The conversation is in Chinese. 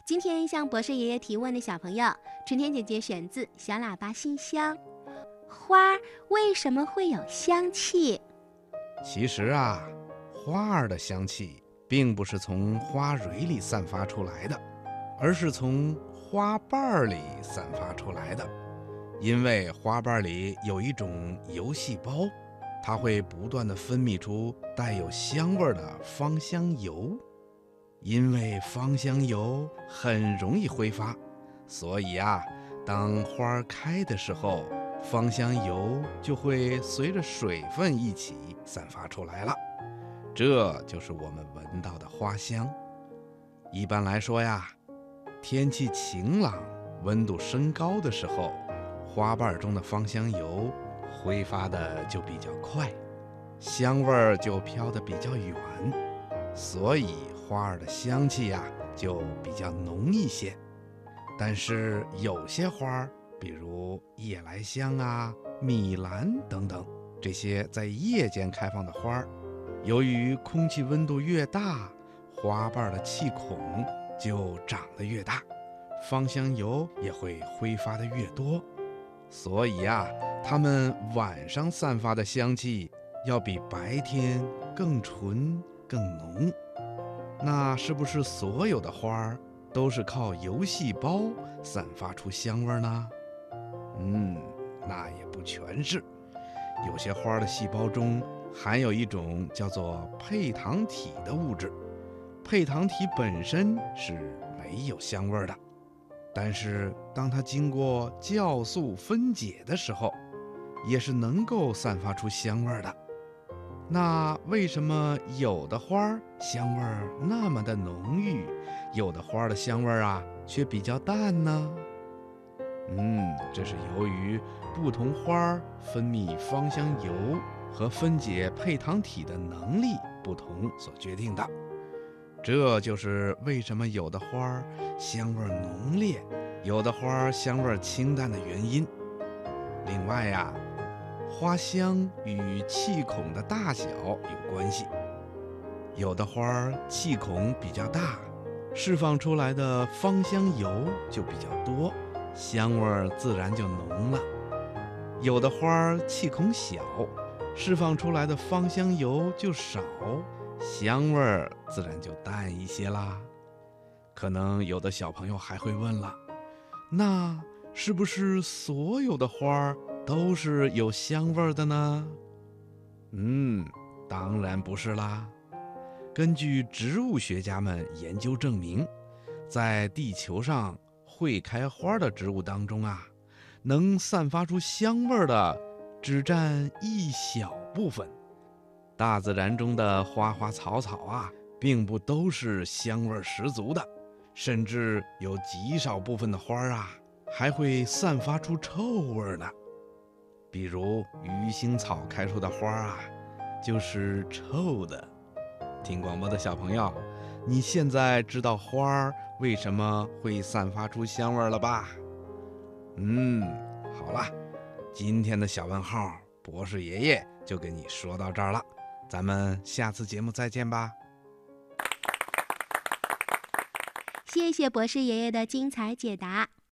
今天向博士爷爷提问的小朋友，春天姐姐选自小喇叭信箱。花为什么会有香气？ 其实啊，花儿的香气并不是从花蕊里散发出来的，而是从花瓣里散发出来的。因为花瓣里有一种油细胞，它会不断地分泌出带有香味的芳香油。因为芳香油很容易挥发，所以啊，当花开的时候，芳香油就会随着水分一起散发出来了。这就是我们闻到的花香。一般来说呀，天气晴朗、温度升高的时候，花瓣中的芳香油挥发的就比较快，香味儿就飘得比较远，所以花儿的香气呀就比较浓一些。但是有些花，比如夜来香啊、米兰等等，这些在夜间开放的花，由于空气温度越大，花瓣的气孔就长得越大，芳香油也会挥发的越多。所以啊，它们晚上散发的香气要比白天更纯更浓。那是不是所有的花都是靠油细胞散发出香味呢？那也不全是。有些花的细胞中含有一种叫做配糖体的物质，配糖体本身是没有香味的，但是当它经过酵素分解的时候，也是能够散发出香味的。那为什么有的花香味那么的浓郁，有的花的香味啊却比较淡呢？这是由于不同花分泌芳香油和分解配糖体的能力不同所决定的。这就是为什么有的花香味浓烈，有的花香味清淡的原因。另外呀，花香与气孔的大小有关系，有的花气孔比较大，释放出来的芳香油就比较多，香味自然就浓了。有的花气孔小，释放出来的芳香油就少，香味自然就淡一些啦。可能有的小朋友还会问了，那是不是所有的花都是有香味的呢？当然不是啦。根据植物学家们研究证明，在地球上会开花的植物当中啊，能散发出香味的只占一小部分。大自然中的花花草草啊，并不都是香味十足的，甚至有极少部分的花啊，还会散发出臭味呢。比如鱼腥草开出的花啊，就是臭的。听广播的小朋友，你现在知道花为什么会散发出香味了吧？好了，今天的小问号，博士爷爷就跟你说到这儿了，咱们下次节目再见吧。 谢谢博士爷爷的精彩解答。